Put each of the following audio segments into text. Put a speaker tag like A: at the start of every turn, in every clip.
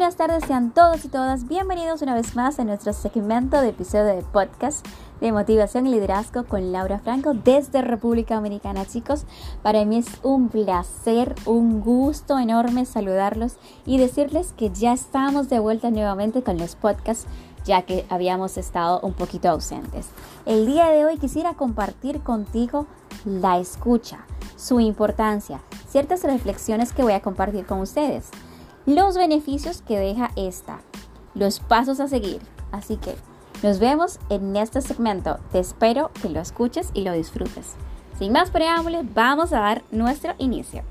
A: buenas tardes, sean todos y todas bienvenidos una vez más a nuestro segmento de episodio de podcast de motivación y liderazgo con Laura Franco desde República Dominicana. Chicos, para mí es un placer, un gusto enorme saludarlos y decirles que ya estamos de vuelta nuevamente con los podcasts, ya que habíamos estado un poquito ausentes. El día de hoy quisiera compartir contigo la escucha, su importancia, ciertas reflexiones que voy a compartir con ustedes, los beneficios que deja esta, los pasos a seguir. Así que nos vemos en este segmento. Te espero que lo escuches y lo disfrutes. Sin más preámbulos, vamos a dar nuestro inicio.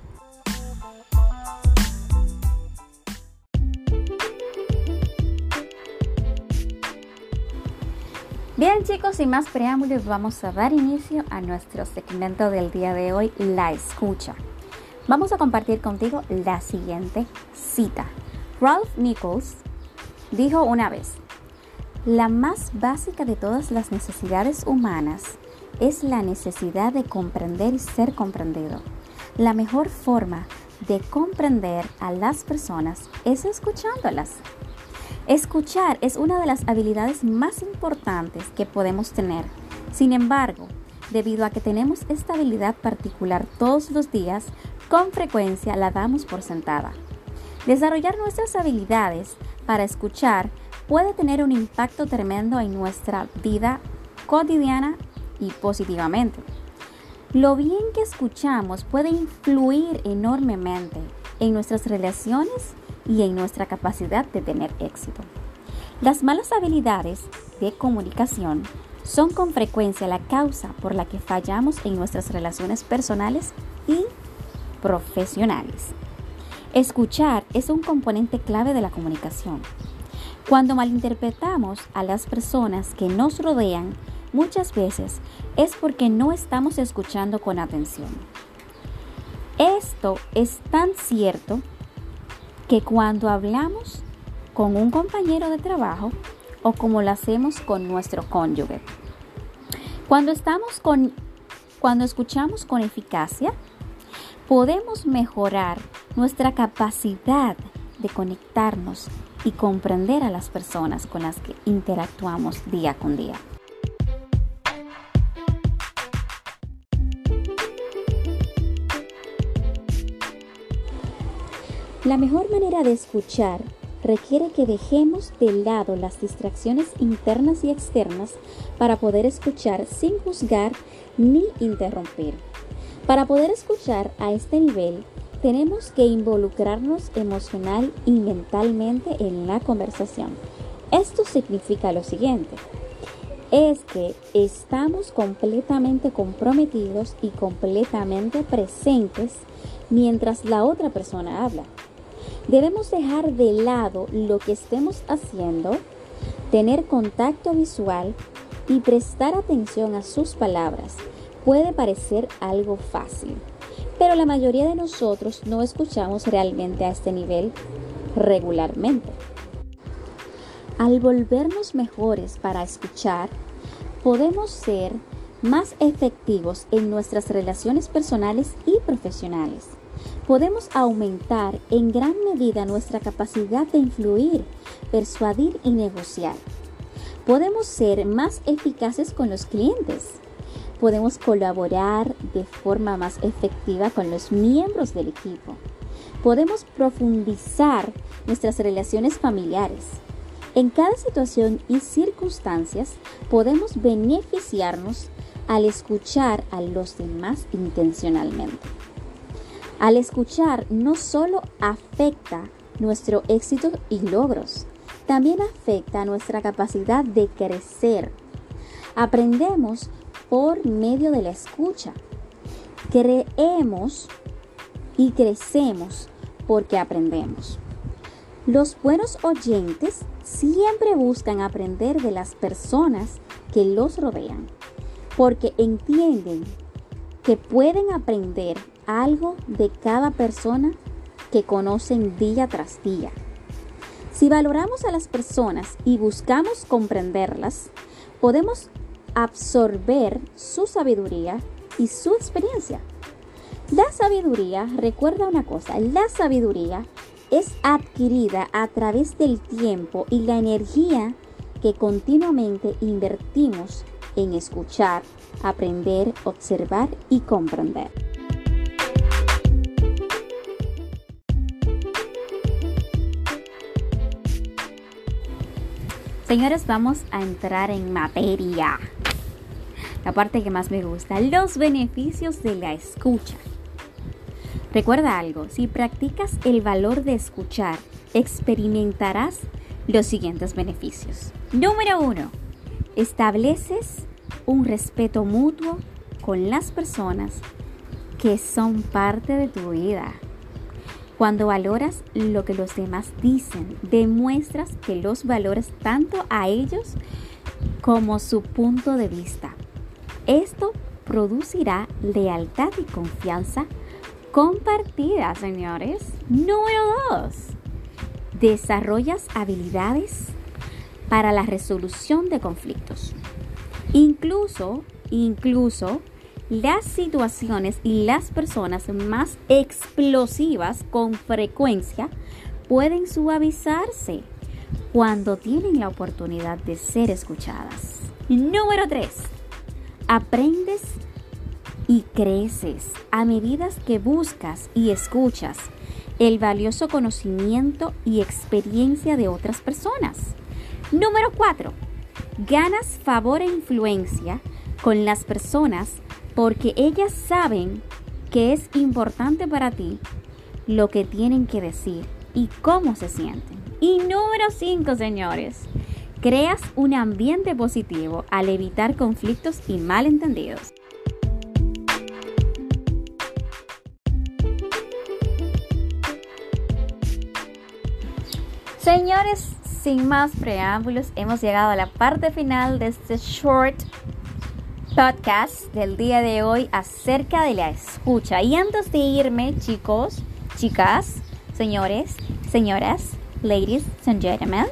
A: Bien chicos, sin más preámbulos, vamos a dar inicio a nuestro segmento del día de hoy, la escucha. Vamos a compartir contigo la siguiente cita. Ralph Nichols dijo una vez: la más básica de todas las necesidades humanas es la necesidad de comprender y ser comprendido. La mejor forma de comprender a las personas es escuchándolas. Escuchar es una de las habilidades más importantes que podemos tener. Sin embargo, debido a que tenemos esta habilidad particular todos los días, con frecuencia la damos por sentada. Desarrollar nuestras habilidades para escuchar puede tener un impacto tremendo en nuestra vida cotidiana y positivamente. Lo bien que escuchamos puede influir enormemente en nuestras relaciones y en nuestra capacidad de tener éxito. Las malas habilidades de comunicación son con frecuencia la causa por la que fallamos en nuestras relaciones personales y profesionales. Escuchar es un componente clave de la comunicación. Cuando malinterpretamos a las personas que nos rodean, muchas veces es porque no estamos escuchando con atención. Esto es tan cierto que cuando hablamos con un compañero de trabajo o como lo hacemos con nuestro cónyuge. Cuando escuchamos con eficacia, podemos mejorar nuestra capacidad de conectarnos y comprender a las personas con las que interactuamos día con día. La mejor manera de escuchar requiere que dejemos de lado las distracciones internas y externas para poder escuchar sin juzgar ni interrumpir. Para poder escuchar a este nivel, tenemos que involucrarnos emocional y mentalmente en la conversación. Esto significa lo siguiente: es que estamos completamente comprometidos y completamente presentes mientras la otra persona habla. Debemos dejar de lado lo que estemos haciendo, tener contacto visual y prestar atención a sus palabras. Puede parecer algo fácil, pero la mayoría de nosotros no escuchamos realmente a este nivel regularmente. Al volvernos mejores para escuchar, podemos ser más efectivos en nuestras relaciones personales y profesionales. Podemos aumentar en gran medida nuestra capacidad de influir, persuadir y negociar. Podemos ser más eficaces con los clientes. Podemos colaborar de forma más efectiva con los miembros del equipo. Podemos profundizar nuestras relaciones familiares. En cada situación y circunstancias podemos beneficiarnos al escuchar a los demás intencionalmente. Al escuchar no solo afecta nuestro éxito y logros, también afecta nuestra capacidad de crecer. Aprendemos por medio de la escucha. Creemos y crecemos porque aprendemos. Los buenos oyentes siempre buscan aprender de las personas que los rodean, porque entienden que pueden aprender algo de cada persona que conocen día tras día. Si valoramos a las personas y buscamos comprenderlas, podemos absorber su sabiduría y su experiencia. La sabiduría, recuerda una cosa, la sabiduría es adquirida a través del tiempo y la energía que continuamente invertimos en escuchar, aprender, observar y comprender. Señores, vamos a entrar en materia. La parte que más me gusta, los beneficios de la escucha. Recuerda algo, si practicas el valor de escuchar, experimentarás los siguientes beneficios. Número 1, estableces un respeto mutuo con las personas que son parte de tu vida. Cuando valoras lo que los demás dicen, demuestras que los valoras tanto a ellos como su punto de vista. Esto producirá lealtad y confianza compartida, señores. Número 2, desarrollas habilidades para la resolución de conflictos. Incluso las situaciones y las personas más explosivas con frecuencia pueden suavizarse cuando tienen la oportunidad de ser escuchadas. Número 3, aprendes y creces a medida que buscas y escuchas el valioso conocimiento y experiencia de otras personas. Número 4, ganas favor e influencia con las personas porque ellas saben que es importante para ti lo que tienen que decir y cómo se sienten. Y número 5, señores, creas un ambiente positivo al evitar conflictos y malentendidos. Señores, sin más preámbulos, hemos llegado a la parte final de este short podcast del día de hoy acerca de la escucha. Y antes de irme, chicos, chicas, señores, señoras, ladies and gentlemen,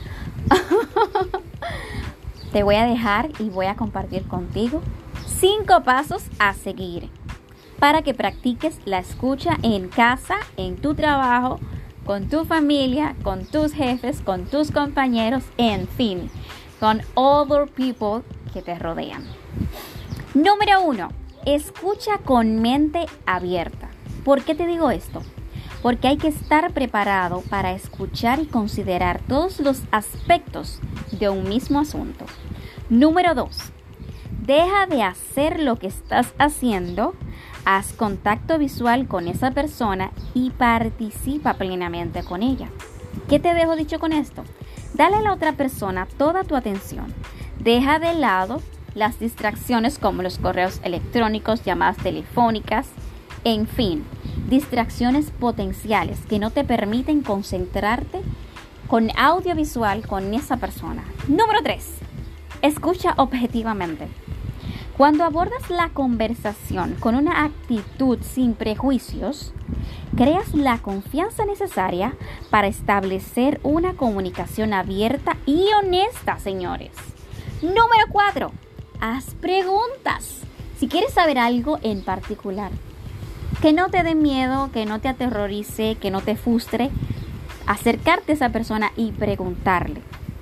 A: te voy a dejar y voy a compartir contigo 5 pasos a seguir para que practiques la escucha en casa, en tu trabajo, con tu familia, con tus jefes, con tus compañeros, en fin, con other people que te rodean. Número 1, escucha con mente abierta. ¿Por qué te digo esto? Porque hay que estar preparado para escuchar y considerar todos los aspectos de un mismo asunto. Número 2, deja de hacer lo que estás haciendo, haz contacto visual con esa persona y participa plenamente con ella. ¿Qué te dejo dicho con esto? Dale a la otra persona toda tu atención. Deja de lado las distracciones como los correos electrónicos, llamadas telefónicas, en fin, distracciones potenciales que no te permiten concentrarte con audiovisual con esa persona. Número 3, escucha objetivamente. Cuando abordas la conversación con una actitud sin prejuicios, creas la confianza necesaria para establecer una comunicación abierta y honesta, señores. Número 4, haz preguntas. Si quieres saber algo en particular, que no te dé miedo, que no te aterrorice, que no te frustre, acercarte a esa persona y preguntarle.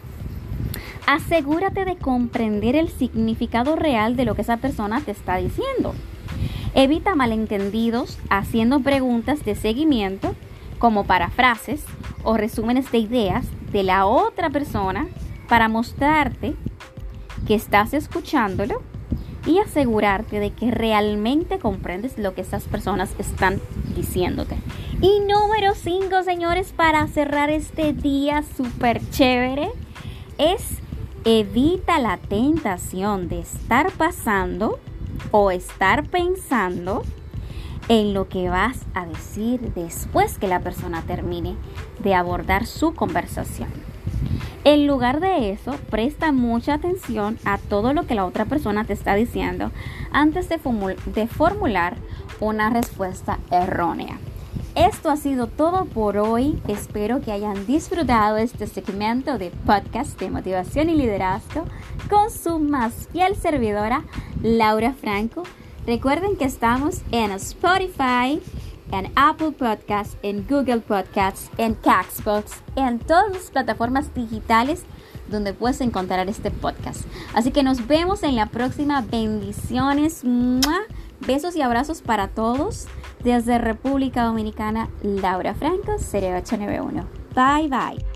A: Asegúrate de comprender el significado real de lo que esa persona te está diciendo. Evita malentendidos haciendo preguntas de seguimiento como parafrases o resúmenes de ideas de la otra persona para mostrarte que estás escuchándolo y asegurarte de que realmente comprendes lo que esas personas están diciéndote. Y número 5, señores, para cerrar este día súper chévere, es evita la tentación de estar pasando o estar pensando en lo que vas a decir después que la persona termine de abordar su conversación. En lugar de eso, presta mucha atención a todo lo que la otra persona te está diciendo antes de formular una respuesta errónea. Esto ha sido todo por hoy. Espero que hayan disfrutado este segmento de podcast de motivación y liderazgo con su más fiel servidora, Laura Franco. Recuerden que estamos en Spotify, en Apple Podcasts, en Google Podcasts, en Castbox, en todas las plataformas digitales donde puedes encontrar este podcast. Así que nos vemos en la próxima. Bendiciones. ¡Mua! Besos y abrazos para todos. Desde República Dominicana, Laura Franco, 0891. Bye, bye.